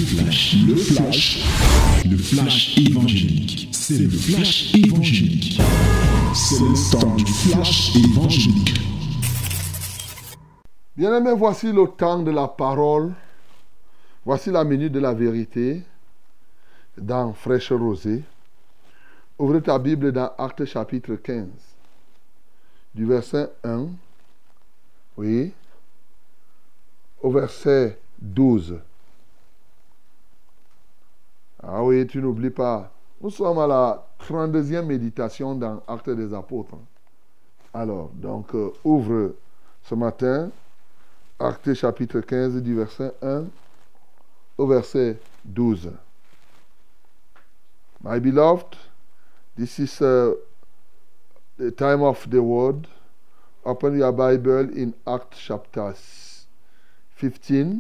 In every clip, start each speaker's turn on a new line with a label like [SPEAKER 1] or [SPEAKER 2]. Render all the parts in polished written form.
[SPEAKER 1] Le flash évangélique. C'est le flash évangélique. C'est le temps du flash évangélique.
[SPEAKER 2] Bien-aimés, voici le temps de la parole. Voici la minute de la vérité dans Fraîche Rosée. Ouvrez ta Bible dans Actes chapitre 15, du verset 1, oui, au verset 12. Ah oui, tu n'oublies pas. Nous sommes à la 32e méditation dans Actes des Apôtres. Alors, donc, ouvre ce matin Actes chapitre 15 du verset 1 au verset 12. My beloved, this is the time of the word. Open your Bible in Acts chapter 15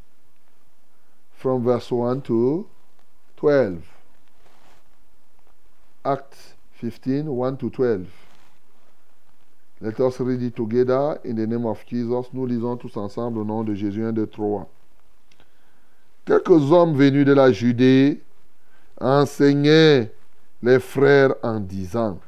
[SPEAKER 2] from verse 1 to 12. Acts 15, 1 to 12. Let us read it together in the name of Jesus. Nous lisons tous ensemble au nom de Jésus 1, 2, 3. Quelques hommes venus de la Judée enseignaient les frères en disant: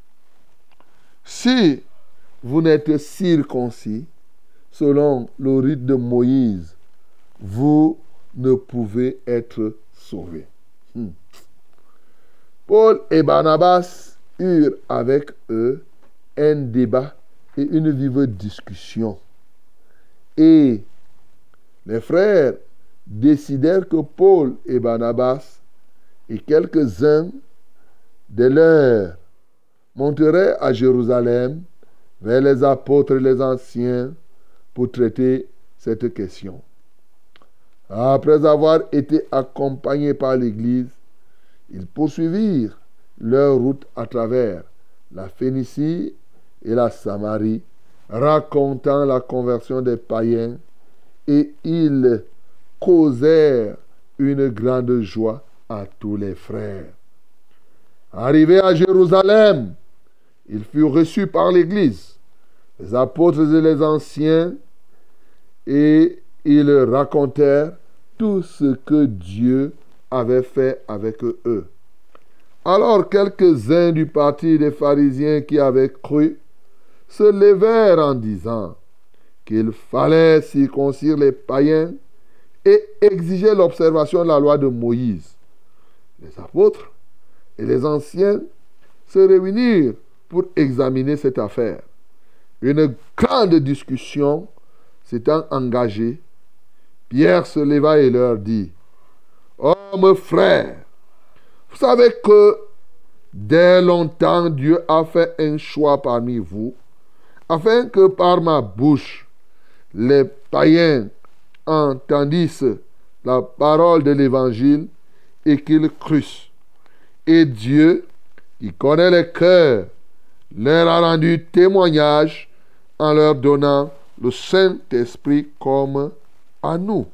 [SPEAKER 2] si vous n'êtes circoncis selon le rite de Moïse, vous ne pouvez être sauvés. Paul et Barnabas eurent avec eux un débat et une vive discussion. Et les frères décidèrent que Paul et Barnabas et quelques-uns de leurs monteraient à Jérusalem vers les apôtres et les anciens pour traiter cette question. Après avoir été accompagnés par l'Église, ils poursuivirent leur route à travers la Phénicie et la Samarie, racontant la conversion des païens, et ils causèrent une grande joie à tous les frères. Arrivés à Jérusalem, ils furent reçus par l'Église, les apôtres et les anciens, et ils racontèrent tout ce que Dieu avait fait avec eux. Alors quelques-uns du parti des pharisiens qui avaient cru se levèrent en disant qu'il fallait circoncire les païens et exiger l'observation de la loi de Moïse. Les apôtres et les anciens se réunirent pour examiner cette affaire. Une grande discussion s'étant engagée, Pierre se leva et leur dit: Hommes frères, vous savez que dès longtemps Dieu a fait un choix parmi vous, afin que par ma bouche les païens entendissent la parole de l'Évangile et qu'ils crussent. Et Dieu, qui connaît les cœurs, leur a rendu témoignage en leur donnant le Saint-Esprit comme à nous.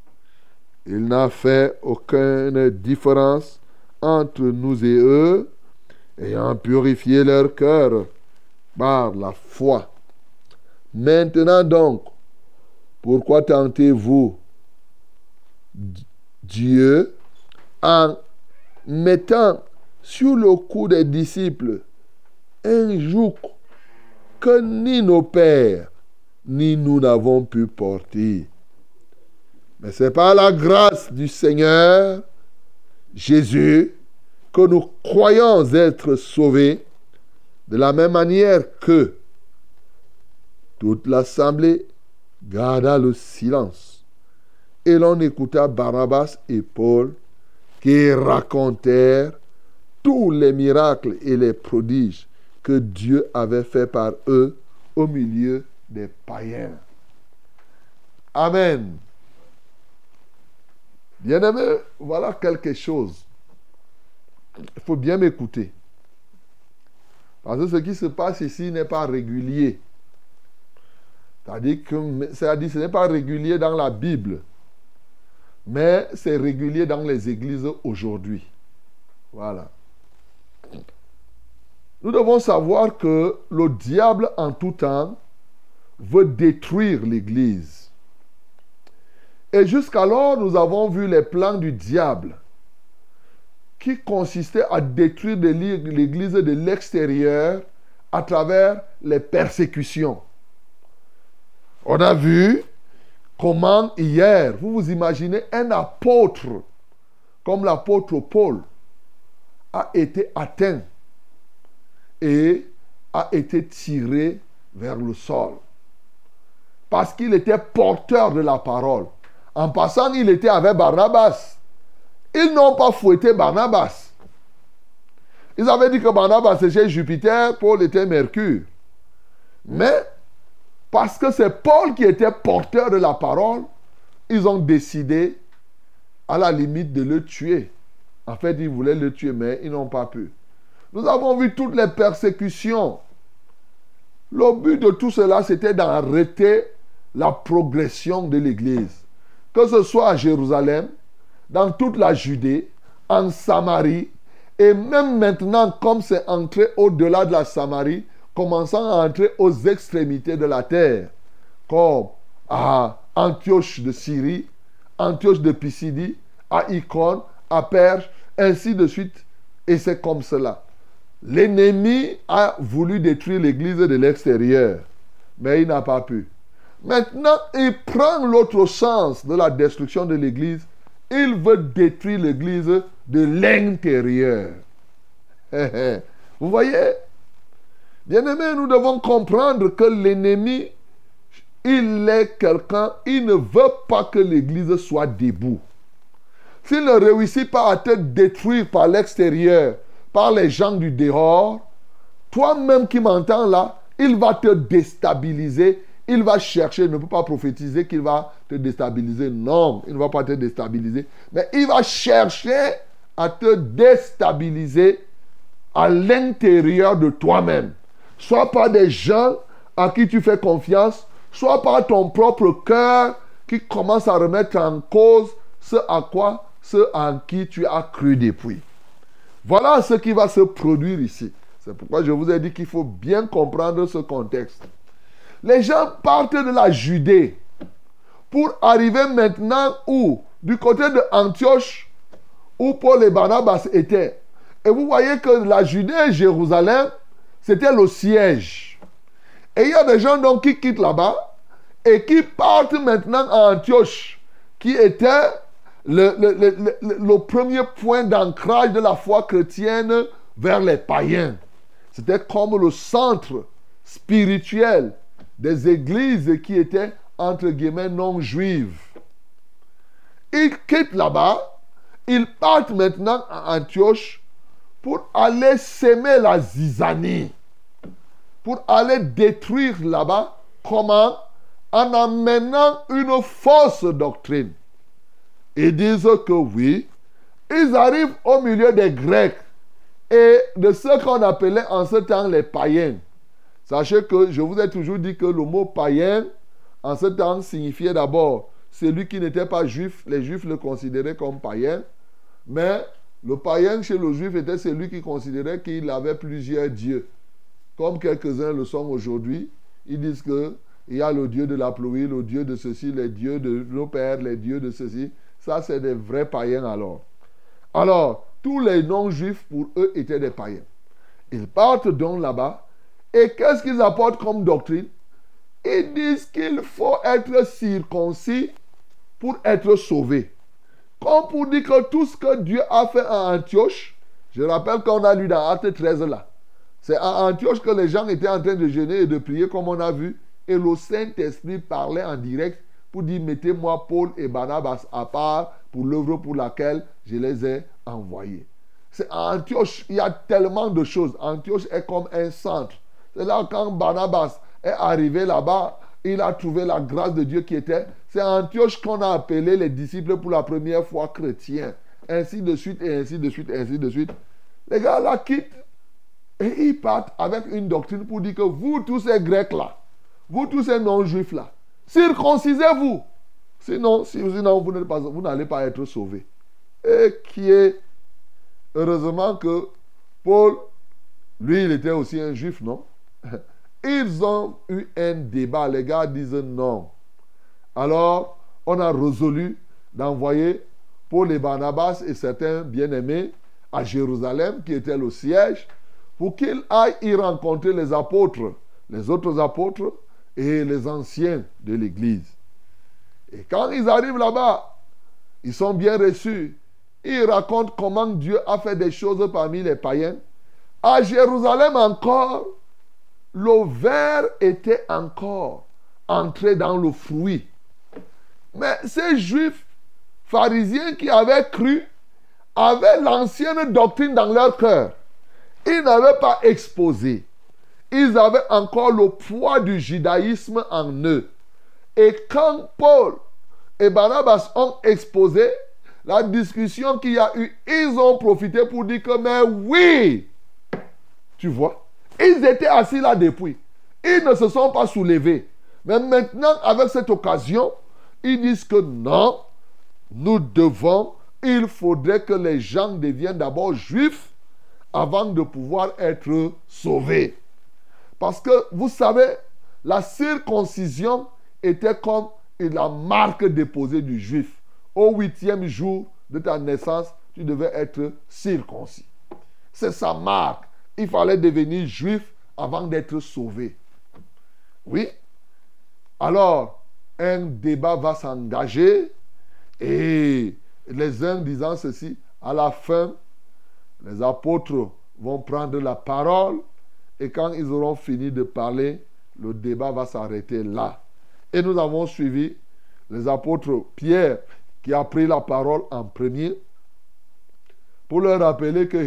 [SPEAKER 2] Il n'a fait aucune différence entre nous et eux, ayant purifié leur cœur par la foi. Maintenant donc, pourquoi tentez-vous Dieu en mettant sur le cou des disciples un joug que ni nos pères ni nous n'avons pu porter? Mais c'est par la grâce du Seigneur Jésus que nous croyons être sauvés, de la même manière que toute l'assemblée garda le silence. Et l'on écouta Barnabas et Paul qui racontèrent tous les miracles et les prodiges que Dieu avait fait par eux au milieu des païens. Amen. Bien-aimés, voilà quelque chose. Il faut bien m'écouter. Parce que ce qui se passe ici n'est pas régulier. C'est-à-dire que ce n'est pas régulier dans la Bible, mais c'est régulier dans les églises aujourd'hui. Voilà. Nous devons savoir que le diable en tout temps veut détruire l'Église. Et jusqu'alors, nous avons vu les plans du diable qui consistaient à détruire l'Église de l'extérieur à travers les persécutions. On a vu comment hier, vous vous imaginez, un apôtre comme l'apôtre Paul a été atteint et a été tiré vers le sol. Parce qu'il était porteur de la parole. En passant, il était avec Barnabas. Ils n'ont pas fouetté Barnabas. Ils avaient dit que Barnabas était Jupiter, Paul était Mercure. Mais, parce que c'est Paul qui était porteur de la parole, ils ont décidé, à la limite, de le tuer. En fait, ils voulaient le tuer, mais ils n'ont pas pu. Nous avons vu toutes les persécutions. Le but de tout cela, c'était d'arrêter la progression de l'Église. Que ce soit à Jérusalem, dans toute la Judée, en Samarie, et même maintenant, comme c'est entré au-delà de la Samarie, commençant à entrer aux extrémités de la terre, comme à Antioche de Syrie, Antioche de Pisidie, à Icône, à Perge, ainsi de suite. Et c'est comme cela. L'ennemi a voulu détruire l'église de l'extérieur, mais il n'a pas pu. Maintenant, il prend l'autre sens de la destruction de l'église. Il veut détruire l'église de l'intérieur. Vous voyez? Bien-aimés, nous devons comprendre que l'ennemi, il est quelqu'un, il ne veut pas que l'église soit debout. S'il ne réussit pas à te détruire par l'extérieur, par les gens du dehors, toi-même qui m'entends là, il va te déstabiliser. Il va chercher, il ne peut pas prophétiser qu'il va te déstabiliser. Non, il ne va pas te déstabiliser. Mais il va chercher à te déstabiliser à l'intérieur de toi-même. Soit par des gens à qui tu fais confiance, soit par ton propre cœur qui commence à remettre en cause ce en qui tu as cru depuis. Voilà ce qui va se produire ici. C'est pourquoi je vous ai dit qu'il faut bien comprendre ce contexte. Les gens partent de la Judée pour arriver maintenant où? Du côté de Antioche, où Paul et Barnabas étaient. Et vous voyez que la Judée et Jérusalem, c'était le siège. Et il y a des gens donc qui quittent là-bas et qui partent maintenant à Antioche, qui était le premier point d'ancrage de la foi chrétienne vers les païens. C'était comme le centre spirituel des églises qui étaient, entre guillemets, non juives. Ils quittent là-bas, ils partent maintenant à Antioche pour aller s'aimer la zizanie, pour aller détruire là-bas. Comment? En amenant une fausse doctrine. Ils disent que oui, ils arrivent au milieu des Grecs et de ceux qu'on appelait en ce temps les païens. Sachez que je vous ai toujours dit que le mot païen, en ce temps, signifiait d'abord celui qui n'était pas juif. Les juifs le considéraient comme païen. Mais le païen chez le juif était celui qui considérait qu'il avait plusieurs dieux. Comme quelques-uns le sont aujourd'hui. Ils disent qu'il y a le dieu de la pluie, le dieu de ceci, les dieux de nos pères, les dieux de ceci. Ça, c'est des vrais païens alors. Alors, tous les non-juifs, pour eux, étaient des païens. Ils partent donc là-bas. Et qu'est-ce qu'ils apportent comme doctrine? Ils disent qu'il faut être circoncis pour être sauvé. Comme pour dire que tout ce que Dieu a fait à Antioche, je rappelle qu'on a lu dans Acte 13 là. C'est à Antioche que les gens étaient en train de jeûner et de prier comme on a vu. Et le Saint-Esprit parlait en direct pour dire mettez-moi Paul et Barnabas à part pour l'œuvre pour laquelle je les ai envoyés. C'est à Antioche, il y a tellement de choses. Antioche est comme un centre. C'est là quand Barnabas est arrivé là-bas, il a trouvé la grâce de Dieu qui était. C'est à Antioche qu'on a appelé les disciples pour la première fois chrétiens. Ainsi de suite, et ainsi de suite, et ainsi de suite. Les gars là quittent et ils partent avec une doctrine pour dire que vous tous ces Grecs là, vous tous ces non-juifs là, circoncisez-vous. Sinon vous n'allez pas être sauvés. Et qui est, heureusement que Paul, lui, il était aussi un juif, non? Ils ont eu un débat. Les gars disent non. Alors, on a résolu d'envoyer Paul et Barnabas et certains bien-aimés à Jérusalem, qui était le siège, pour qu'ils aillent y rencontrer les apôtres, les autres apôtres et les anciens de l'Église. Et quand ils arrivent là-bas, ils sont bien reçus. Ils racontent comment Dieu a fait des choses parmi les païens. À Jérusalem encore, le ver était encore entré dans le fruit. Mais ces juifs pharisiens qui avaient cru avaient l'ancienne doctrine dans leur cœur. Ils n'avaient pas exposé. Ils avaient encore le poids du judaïsme en eux. Et quand Paul et Barnabas ont exposé la discussion qu'il y a eu, ils ont profité pour dire que, mais oui, tu vois, ils étaient assis là depuis. Ils ne se sont pas soulevés. Mais maintenant, avec cette occasion, ils disent que non, il faudrait que les gens deviennent d'abord juifs avant de pouvoir être sauvés. Parce que, vous savez, la circoncision était comme la marque déposée du juif. Au 8e jour de ta naissance, tu devais être circoncis. C'est sa marque. Il fallait devenir juif avant d'être sauvé. Oui. Alors, un débat va s'engager et les uns disant ceci, à la fin, les apôtres vont prendre la parole et quand ils auront fini de parler, le débat va s'arrêter là. Et nous avons suivi les apôtres Pierre qui a pris la parole en premier pour leur rappeler que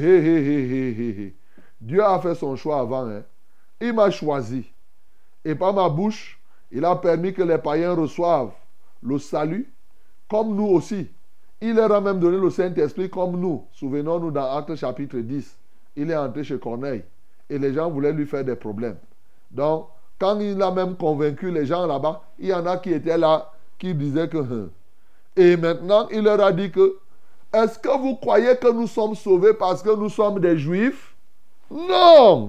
[SPEAKER 2] Dieu a fait son choix avant. Il m'a choisi. Et par ma bouche, il a permis que les païens reçoivent le salut comme nous aussi. Il leur a même donné le Saint-Esprit comme nous. Souvenons-nous dans Actes chapitre 10. Il est entré chez Corneille et les gens voulaient lui faire des problèmes. Donc, quand il a même convaincu les gens là-bas, il y en a qui étaient là, qui disaient que... Et maintenant, il leur a dit que, est-ce que vous croyez que nous sommes sauvés parce que nous sommes des Juifs? Non!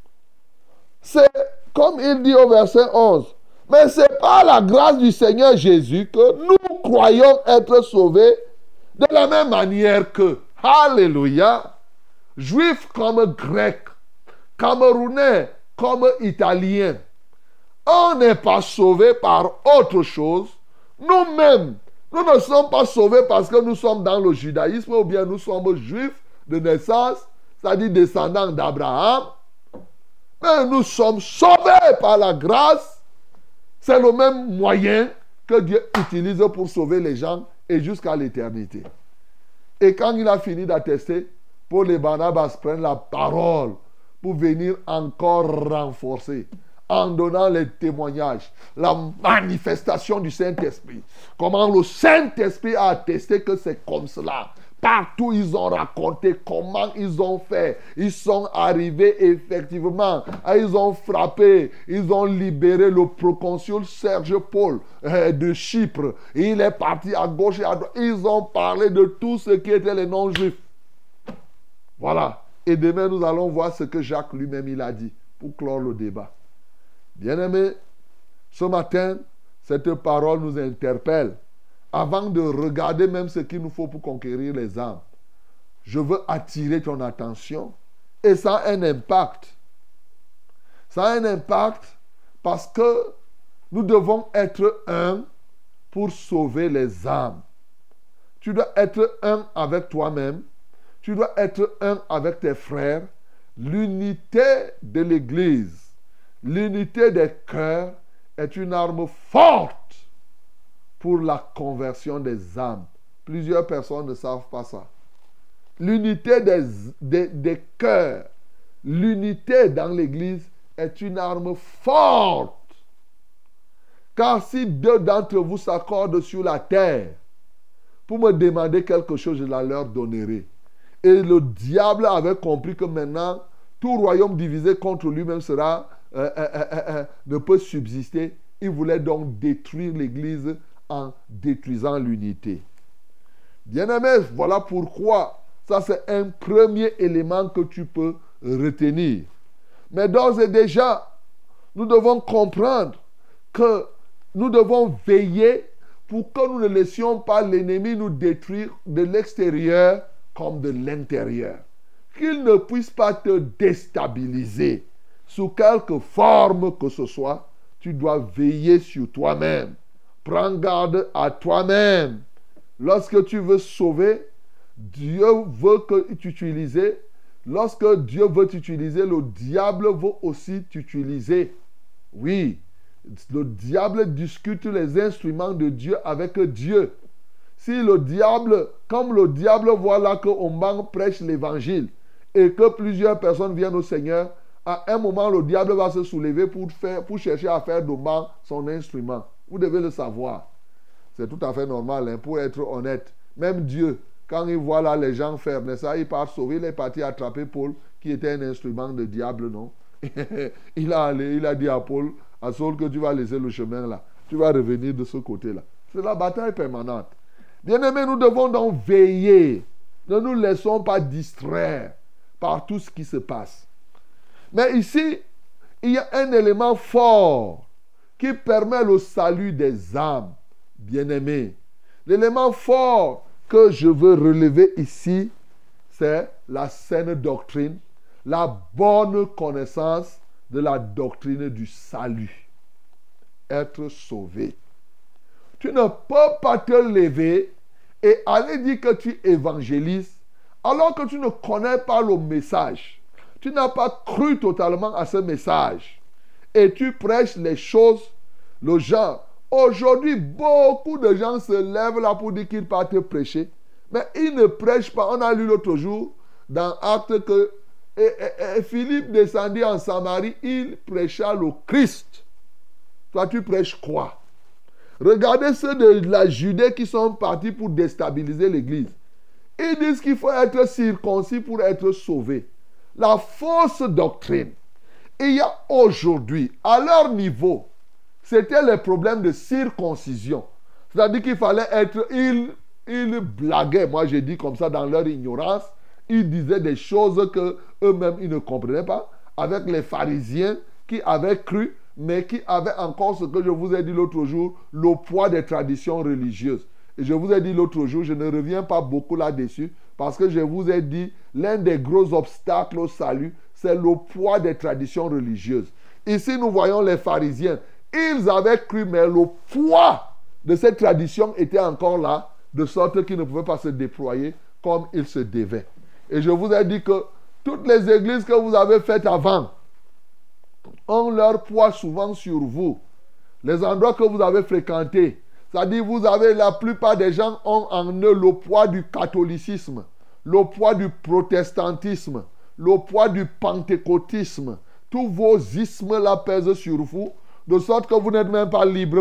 [SPEAKER 2] C'est comme il dit au verset 11. Mais c'est par la grâce du Seigneur Jésus que nous croyons être sauvés de la même manière que, alléluia, Juifs comme Grecs, Camerounais comme Italiens. On n'est pas sauvés par autre chose. Nous-mêmes, nous ne sommes pas sauvés parce que nous sommes dans le judaïsme ou bien nous sommes juifs de naissance, c'est-à-dire descendants d'Abraham. Mais nous sommes sauvés par la grâce. C'est le même moyen que Dieu utilise pour sauver les gens et jusqu'à l'éternité. Et quand il a fini d'attester, Paul et Barnabas prennent la parole pour venir encore renforcer en donnant les témoignages, la manifestation du Saint-Esprit. Comment le Saint-Esprit a attesté que c'est comme cela. Partout, ils ont raconté comment ils ont fait. Ils sont arrivés effectivement. Ils ont frappé. Ils ont libéré le proconsul Serge Paul de Chypre. Il est parti à gauche et à droite. Ils ont parlé de tout ce qui était les non-juifs. Voilà. Et demain, nous allons voir ce que Jacques lui-même il a dit pour clore le débat. Bien-aimés, ce matin, cette parole nous interpelle. Avant de regarder même ce qu'il nous faut pour conquérir les âmes, je veux attirer ton attention et ça a un impact. Ça a un impact parce que nous devons être un pour sauver les âmes. Tu dois être un avec toi-même. Tu dois être un avec tes frères. L'unité de l'Église, l'unité des cœurs est une arme forte pour la conversion des âmes. Plusieurs personnes ne savent pas ça. L'unité des cœurs, l'unité dans l'Église est une arme forte. Car si deux d'entre vous s'accordent sur la terre pour me demander quelque chose, je la leur donnerai. Et le diable avait compris que maintenant, tout royaume divisé contre lui-même ne peut subsister. Il voulait donc détruire l'Église en détruisant l'unité. Bien-aimés, voilà pourquoi ça c'est un premier élément que tu peux retenir. Mais d'ores et déjà, nous devons comprendre que nous devons veiller pour que nous ne laissions pas l'ennemi nous détruire de l'extérieur comme de l'intérieur. Qu'il ne puisse pas te déstabiliser sous quelque forme que ce soit. Tu dois veiller sur toi-même. Prends garde à toi-même. Lorsque tu veux sauver, Dieu veut que t'utilises. Lorsque Dieu veut t'utiliser, le diable veut aussi t'utiliser. Oui, le diable discute les instruments de Dieu avec Dieu. Si le diable, comme le diable voit là que Omban prêche l'évangile et que plusieurs personnes viennent au Seigneur, à un moment, le diable va se soulever pour chercher à faire d'Omban son instrument. Vous devez le savoir. C'est tout à fait normal, hein, pour être honnête. Même Dieu, quand il voit là les gens faire, mais ça, il part sauver, il est parti attraper Paul, qui était un instrument de diable, non? il a dit à Paul, à Saul, que tu vas laisser le chemin là. Tu vas revenir de ce côté-là. C'est la bataille permanente. Bien-aimés, nous devons donc veiller. Ne nous laissons pas distraire par tout ce qui se passe. Mais ici, il y a un élément fort qui permet le salut des âmes, bien-aimés. L'élément fort que je veux relever ici, c'est la saine doctrine, la bonne connaissance de la doctrine du salut. Être sauvé. Tu ne peux pas te lever et aller dire que tu évangélises alors que tu ne connais pas le message. Tu n'as pas cru totalement à ce message. Et tu prêches les choses, le genre. Aujourd'hui, beaucoup de gens se lèvent là pour dire qu'ils partent prêcher. Mais ils ne prêchent pas. On a lu l'autre jour dans Actes que Philippe descendit en Samarie. Il prêcha le Christ. Toi, tu prêches quoi? Regardez ceux de la Judée qui sont partis pour déstabiliser l'église. Ils disent qu'il faut être circoncis pour être sauvé. La fausse doctrine. Il y a aujourd'hui, à leur niveau, c'était les problèmes de circoncision. C'est-à-dire qu'il fallait être... Ils blaguaient, moi j'ai dit comme ça dans leur ignorance. Ils disaient des choses qu'eux-mêmes ils ne comprenaient pas. Avec les pharisiens qui avaient cru, mais qui avaient encore ce que je vous ai dit l'autre jour, le poids des traditions religieuses. Et je vous ai dit l'autre jour, je ne reviens pas beaucoup là-dessus, parce que je vous ai dit, l'un des gros obstacles au salut, c'est le poids des traditions religieuses. Ici, nous voyons les pharisiens. Ils avaient cru, mais le poids de cette tradition était encore là, de sorte qu'ils ne pouvaient pas se déployer comme ils se devaient. Et je vous ai dit que toutes les églises que vous avez faites avant ont leur poids souvent sur vous. Les endroits que vous avez fréquentés, c'est-à-dire vous avez, la plupart des gens ont en eux le poids du catholicisme, le poids du protestantisme, le poids du pentecôtisme. Tous vos ismes là pèsent sur vous, de sorte que vous n'êtes même pas libre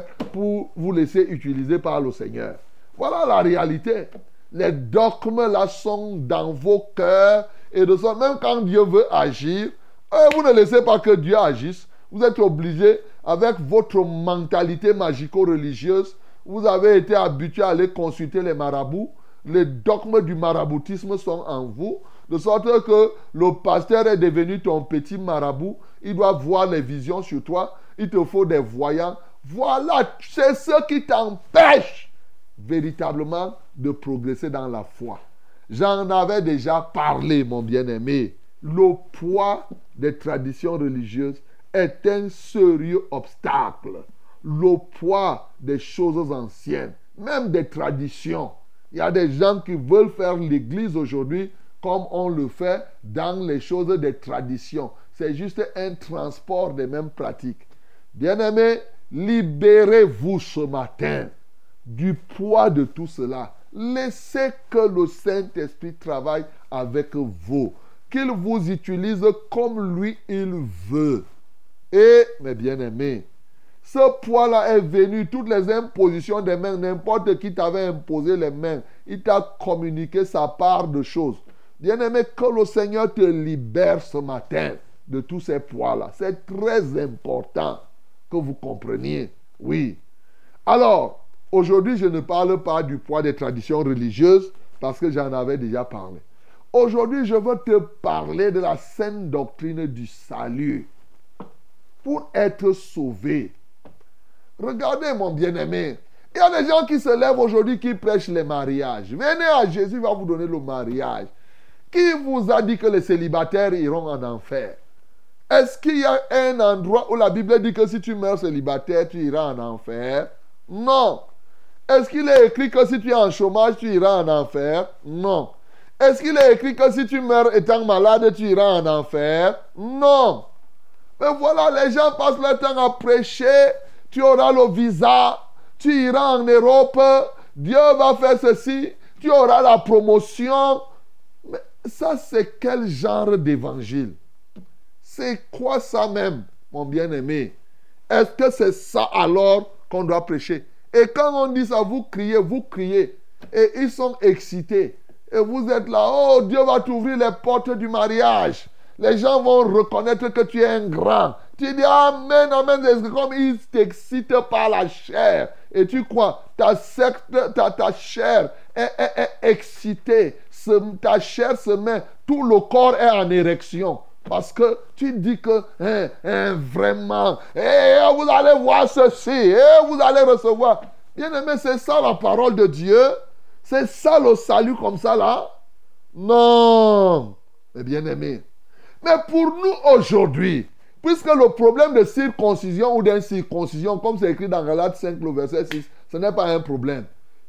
[SPEAKER 2] pour vous laisser utiliser par le Seigneur. Voilà la réalité. Les dogmes là sont dans vos cœurs, et de sorte, même quand Dieu veut agir, vous ne laissez pas que Dieu agisse. Vous êtes obligé, avec votre mentalité magico-religieuse, vous avez été habitué à aller consulter les marabouts. Les dogmes du maraboutisme sont en vous, de sorte que le pasteur est devenu ton petit marabout. Il doit voir les visions sur toi. Il te faut des voyants. Voilà, c'est ce qui t'empêche véritablement de progresser dans la foi. J'en avais déjà parlé, mon bien-aimé. Le poids des traditions religieuses est un sérieux obstacle. Le poids des choses anciennes, même des traditions. Il y a des gens qui veulent faire l'église aujourd'hui comme on le fait dans les choses des traditions. C'est juste un transport des mêmes pratiques. Bien-aimés, libérez-vous ce matin du poids de tout cela. Laissez que le Saint-Esprit travaille avec vous. Qu'il vous utilise comme lui il veut. Et, mes bien-aimés, ce poids-là est venu, toutes les impositions des mains, n'importe qui t'avait imposé les mains, il t'a communiqué sa part de choses. Bien-aimé, que le Seigneur te libère ce matin de tous ces poids-là. C'est très important que vous compreniez. Oui. Alors, aujourd'hui, je ne parle pas du poids des traditions religieuses parce que j'en avais déjà parlé. Aujourd'hui, je veux te parler de la saine doctrine du salut. Pour être sauvé. Regardez, mon bien-aimé, Il y a des gens qui se lèvent aujourd'hui qui prêchent les mariages. Venez à Jésus, il va vous donner le mariage. Qui vous a dit que les célibataires iront en enfer? Est-ce qu'il y a un endroit où la Bible dit que si tu meurs célibataire, tu iras en enfer? Non. Est-ce qu'il est écrit que si tu es en chômage, tu iras en enfer? Non. Est-ce qu'il est écrit que si tu meurs étant malade, tu iras en enfer? Non. Mais voilà, les gens passent leur temps à prêcher. Tu auras le visa, tu iras en Europe, Dieu va faire ceci, tu auras la promotion. Mais ça, c'est quel genre d'évangile? C'est quoi ça même, mon bien-aimé? Est-ce que c'est ça alors qu'on doit prêcher? Et quand on dit ça, vous criez. Et ils sont excités. Et vous êtes là, oh, Dieu va t'ouvrir les portes du mariage. Les gens vont reconnaître que tu es un grand. Tu dis amen, amen. C'est comme ils t'excitent par la chair. Et tu crois, ta chair est excitée. Ta chair se met, tout le corps est en érection. Parce que tu dis que vraiment, vous allez voir ceci, vous allez recevoir. Bien aimé, c'est ça la parole de Dieu. C'est ça le salut comme ça là. Non, mais bien aimé. Mais pour nous aujourd'hui, puisque le problème de circoncision ou d'incirconcision, comme c'est écrit dans Galates 5, le verset 6, ce n'est pas un problème.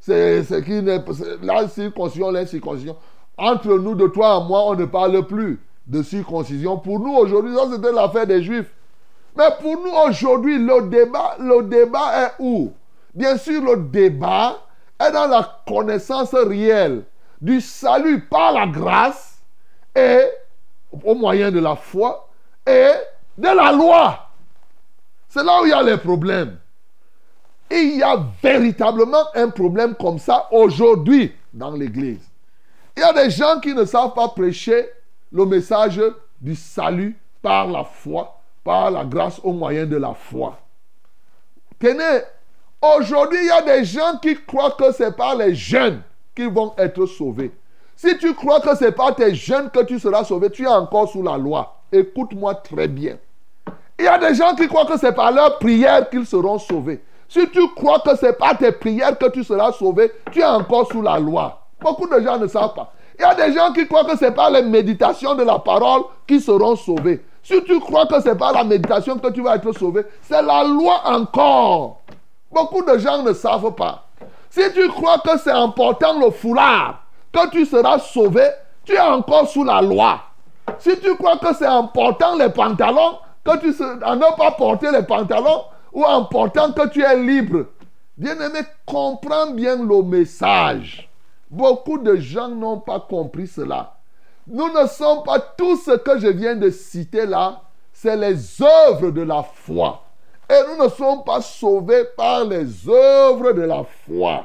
[SPEAKER 2] La circoncision, l'incirconcision. Entre nous, de toi et moi, on ne parle plus de circoncision. Pour nous aujourd'hui, ça c'était l'affaire des Juifs. Mais pour nous aujourd'hui, le débat est où? Bien sûr, le débat est dans la connaissance réelle du salut par la grâce et au moyen de la foi et de la loi. C'est là où il y a les problèmes. Il y a véritablement un problème comme ça aujourd'hui dans l'église. Il y a des gens qui ne savent pas prêcher le message du salut par la foi, par la grâce au moyen de la foi. Tenez, aujourd'hui, il y a des gens qui croient que c'est par les jeunes qu'ils vont être sauvés. Si tu crois que c'est par tes jeunes que tu seras sauvé, tu es encore sous la loi. Écoute-moi très bien. Il y a des gens qui croient que c'est par leur prière qu'ils seront sauvés. Si tu crois que c'est par tes prières que tu seras sauvé, tu es encore sous la loi. Beaucoup de gens ne savent pas. Il y a des gens qui croient que c'est par les méditations de la parole qu'ils seront sauvés. Si tu crois que c'est par la méditation que tu vas être sauvé, c'est la loi encore. Beaucoup de gens ne savent pas. Si tu crois que c'est important le foulard, que tu seras sauvé, tu es encore sous la loi. Si tu crois que c'est important les pantalons, que tu à ne pas porter les pantalons, ou important que tu es libre. Bien-aimé, comprends bien le message. Beaucoup de gens n'ont pas compris cela. Nous ne sommes pas, tout ce que je viens de citer là, c'est les œuvres de la foi. Et nous ne sommes pas sauvés par les œuvres de la foi.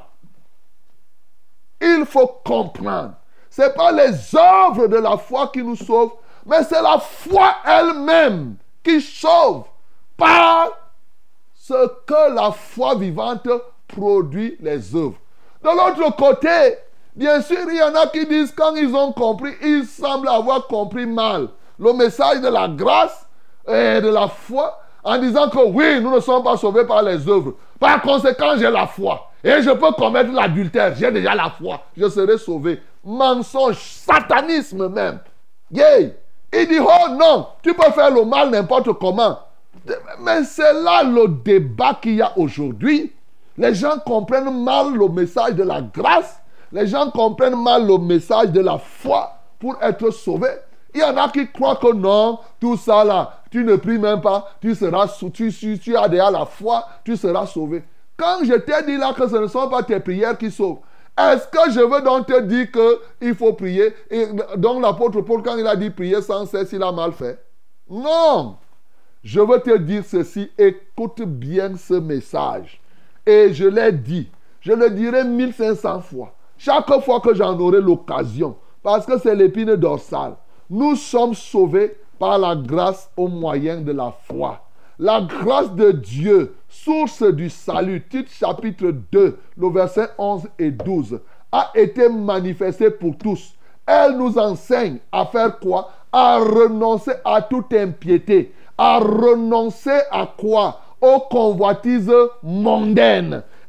[SPEAKER 2] Il faut comprendre. Ce n'est pas les œuvres de la foi qui nous sauvent, mais c'est la foi elle-même qui sauve par ce que la foi vivante produit les œuvres. De l'autre côté, bien sûr, il y en a qui disent quand ils ont compris, ils semblent avoir compris mal le message de la grâce et de la foi en disant que oui, nous ne sommes pas sauvés par les œuvres. Par conséquent, j'ai la foi. Et je peux commettre l'adultère. J'ai déjà la foi. Je serai sauvé. Mensonge, satanisme même. Yeah. Il dit, oh non, tu peux faire le mal n'importe comment. Mais c'est là le débat qu'il y a aujourd'hui. Les gens comprennent mal le message de la grâce. Les gens comprennent mal le message de la foi pour être sauvés. Il y en a qui croient que non, tout ça là, tu ne pries même pas, tu as déjà la foi, tu seras sauvé. Quand je t'ai dit là que ce ne sont pas tes prières qui sauvent, est-ce que je veux donc te dire qu'il faut prier? Et donc l'apôtre Paul, quand il a dit prier sans cesse, il a mal fait? Non! Je veux te dire ceci, écoute bien ce message. Et je l'ai dit, je le dirai 1500 fois. Chaque fois que j'en aurai l'occasion, parce que c'est l'épine dorsale. Nous sommes sauvés par la grâce au moyen de la foi. La grâce de Dieu, source du salut, titre chapitre 2, le verset 11 et 12, a été manifestée pour tous. Elle nous enseigne à faire quoi? À renoncer à toute impiété. À renoncer à quoi? Aux convoitises mondaines.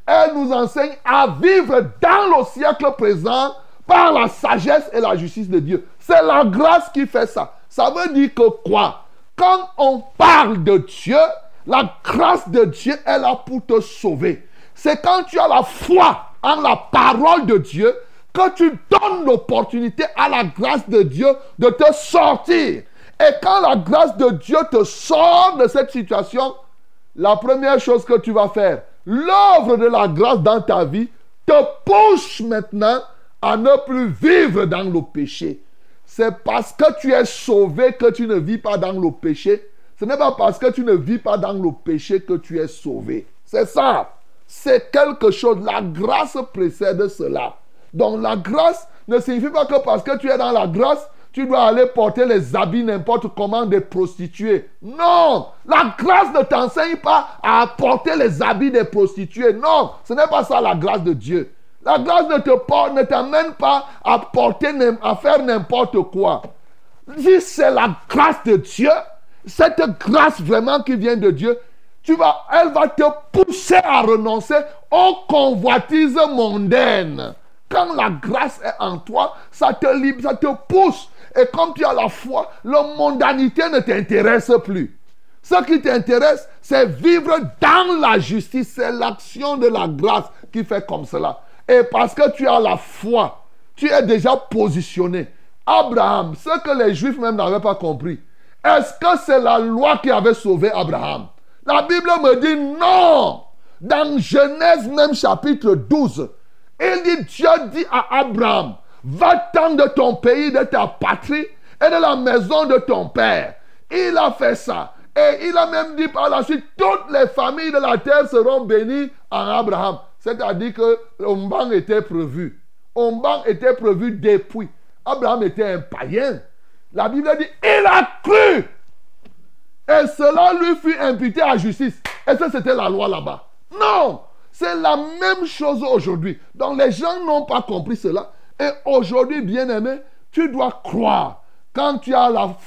[SPEAKER 2] Elle nous enseigne à vivre dans le siècle présent par la sagesse et la justice de Dieu. C'est la grâce qui fait ça. Ça veut dire que quoi? Quand on parle de Dieu, la grâce de Dieu est là pour te sauver. C'est quand tu as la foi en la parole de Dieu que tu donnes l'opportunité à la grâce de Dieu de te sortir. Et quand la grâce de Dieu te sort de cette situation, la première chose que tu vas faire, l'œuvre de la grâce dans ta vie te pousse maintenant à ne plus vivre dans le péché. C'est parce que tu es sauvé que tu ne vis pas dans le péché. Ce n'est pas parce que tu ne vis pas dans le péché que tu es sauvé. C'est ça. C'est quelque chose. La grâce précède cela. Donc la grâce ne signifie pas que parce que tu es dans la grâce, tu dois aller porter les habits n'importe comment des prostituées. Non, la grâce ne t'enseigne pas à porter les habits des prostituées. Non, ce n'est pas ça la grâce de Dieu. La grâce ne t'amène pas à faire n'importe quoi. Si c'est la grâce de Dieu, cette grâce vraiment qui vient de Dieu, elle va te pousser à renoncer aux convoitises mondaines. Quand la grâce est en toi, ça te libère, ça te pousse. Et comme tu as la foi, la mondanité ne t'intéresse plus. Ce qui t'intéresse, c'est vivre dans la justice. C'est l'action de la grâce qui fait comme cela. Et parce que tu as la foi, tu es déjà positionné. Abraham, ce que les Juifs même n'avaient pas compris, est-ce que c'est la loi qui avait sauvé Abraham? La Bible me dit non. Dans Genèse même chapitre 12, il dit, Dieu dit à Abraham, va-t'en de ton pays, de ta patrie et de la maison de ton père. Il a fait ça. Et il a même dit par la suite, toutes les familles de la terre seront bénies en Abraham. C'est-à-dire que l'Omban était prévu. Omban était prévu depuis. Abraham était un païen. La Bible dit, il a cru. Et cela lui fut imputé à justice. Et ça, c'était la loi là-bas. Non, c'est la même chose aujourd'hui. Donc les gens n'ont pas compris cela. Et aujourd'hui, bien-aimé, tu dois croire. Quand tu as la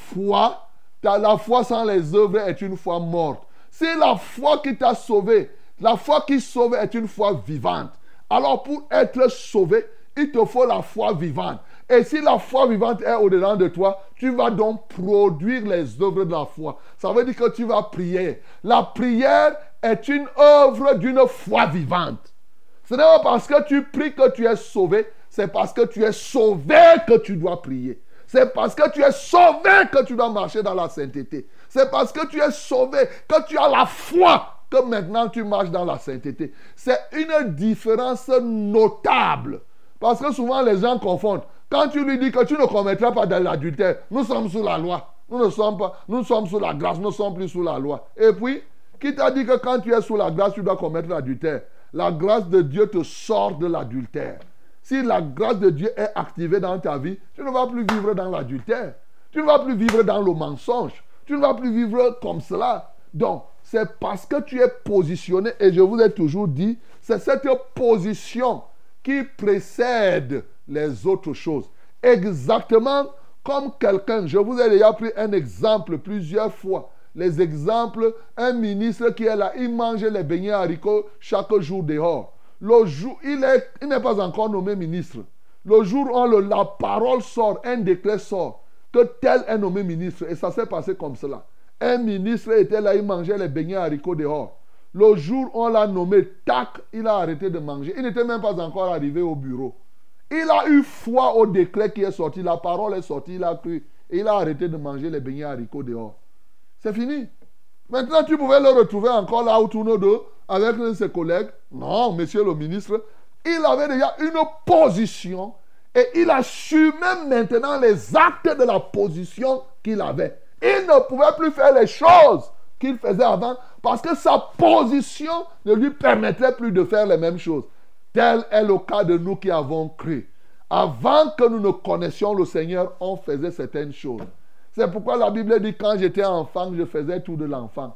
[SPEAKER 2] foi sans les œuvres est une foi morte. C'est la foi qui t'a sauvé. La foi qui sauve est une foi vivante. Alors pour être sauvé, il te faut la foi vivante. Et si la foi vivante est au-dedans de toi, tu vas donc produire les œuvres de la foi. Ça veut dire que tu vas prier. La prière est une œuvre d'une foi vivante. Ce n'est pas parce que tu pries que tu es sauvé. C'est parce que tu es sauvé que tu dois prier. C'est parce que tu es sauvé que tu dois marcher dans la sainteté. C'est parce que tu es sauvé que tu as la foi que maintenant tu marches dans la sainteté. C'est une différence notable. Parce que souvent les gens confondent. Quand tu lui dis que tu ne commettras pas de l'adultère, nous sommes sous la loi. Nous sommes sous la grâce, nous ne sommes plus sous la loi. Et puis, qui t'a dit que quand tu es sous la grâce, tu dois commettre l'adultère? La grâce de Dieu te sort de l'adultère. Si la grâce de Dieu est activée dans ta vie, tu ne vas plus vivre dans l'adultère. Tu ne vas plus vivre dans le mensonge. Tu ne vas plus vivre comme cela. Donc, c'est parce que tu es positionné, et je vous ai toujours dit, c'est cette position qui précède les autres choses. Exactement comme quelqu'un, je vous ai déjà pris un exemple plusieurs fois. Les exemples, un ministre qui est là, il mange les beignets haricots chaque jour dehors. Le jour, il n'est pas encore nommé ministre. Le jour où la parole sort, un décret sort, que tel est nommé ministre. Et ça s'est passé comme cela. Un ministre était là, il mangeait les beignets haricots dehors. Le jour où on l'a nommé, tac, il a arrêté de manger. Il n'était même pas encore arrivé au bureau. Il a eu foi au décret qui est sorti. La parole est sortie, il a cru. Et il a arrêté de manger les beignets haricots dehors. C'est fini. Maintenant, tu pouvais le retrouver encore là autour de avec ses collègues. Non, monsieur le ministre, il avait déjà une position et il assume même maintenant les actes de la position qu'il avait. Il ne pouvait plus faire les choses qu'il faisait avant parce que sa position ne lui permettrait plus de faire les mêmes choses. Tel est le cas de nous qui avons cru. Avant que nous ne connaissions le Seigneur, on faisait certaines choses. C'est pourquoi la Bible dit quand j'étais enfant, je faisais tout de l'enfant.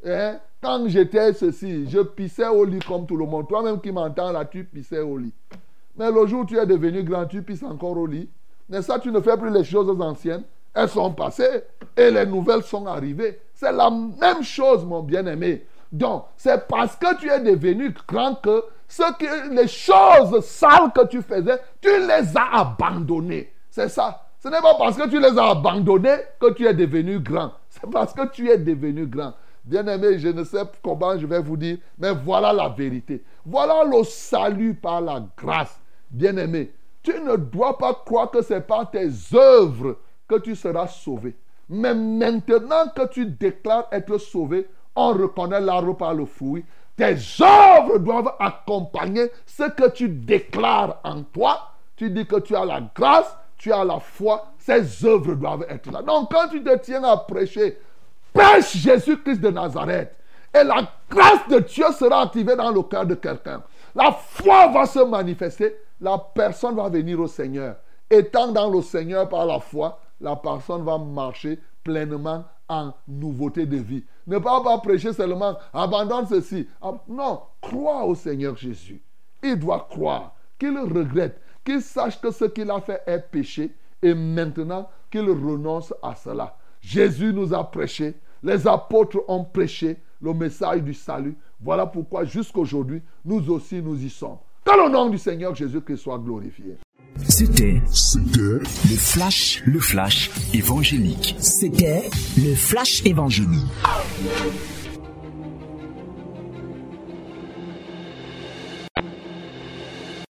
[SPEAKER 2] Quand j'étais ceci, je pissais au lit comme tout le monde. Toi-même qui m'entends là, tu pissais au lit. Mais le jour où tu es devenu grand, tu pisses encore au lit. Mais ça, tu ne fais plus les choses anciennes. Elles sont passées et les nouvelles sont arrivées. C'est la même chose, mon bien-aimé. Donc, c'est parce que tu es devenu grand que les choses sales que tu faisais, tu les as abandonnées. C'est ça. Ce n'est pas parce que tu les as abandonnées que tu es devenu grand. C'est parce que tu es devenu grand. Bien-aimé, je ne sais comment je vais vous dire, mais voilà la vérité. Voilà le salut par la grâce. Bien-aimé, tu ne dois pas croire que c'est par tes œuvres que tu seras sauvé. Mais maintenant que tu déclares être sauvé, on reconnaît l'arbre par le fruit. Tes œuvres doivent accompagner ce que tu déclares en toi. Tu dis que tu as la grâce, tu as la foi, ces œuvres doivent être là. Donc quand tu te tiens à prêcher, prêche Jésus-Christ de Nazareth. Et la grâce de Dieu sera activée dans le cœur de quelqu'un. La foi va se manifester. La personne va venir au Seigneur. Étant dans le Seigneur par la foi, la personne va marcher pleinement en nouveauté de vie. Ne pas prêcher seulement, abandonne ceci. Non, crois au Seigneur Jésus. Il doit croire, qu'il regrette, qu'il sache que ce qu'il a fait est péché et maintenant qu'il renonce à cela. Jésus nous a prêché, les apôtres ont prêché le message du salut. Voilà pourquoi jusqu'aujourd'hui, nous aussi nous y sommes. Que le nom du Seigneur Jésus-Christ soit glorifié.
[SPEAKER 3] C'était le flash évangélique.
[SPEAKER 4] C'était le flash évangélique.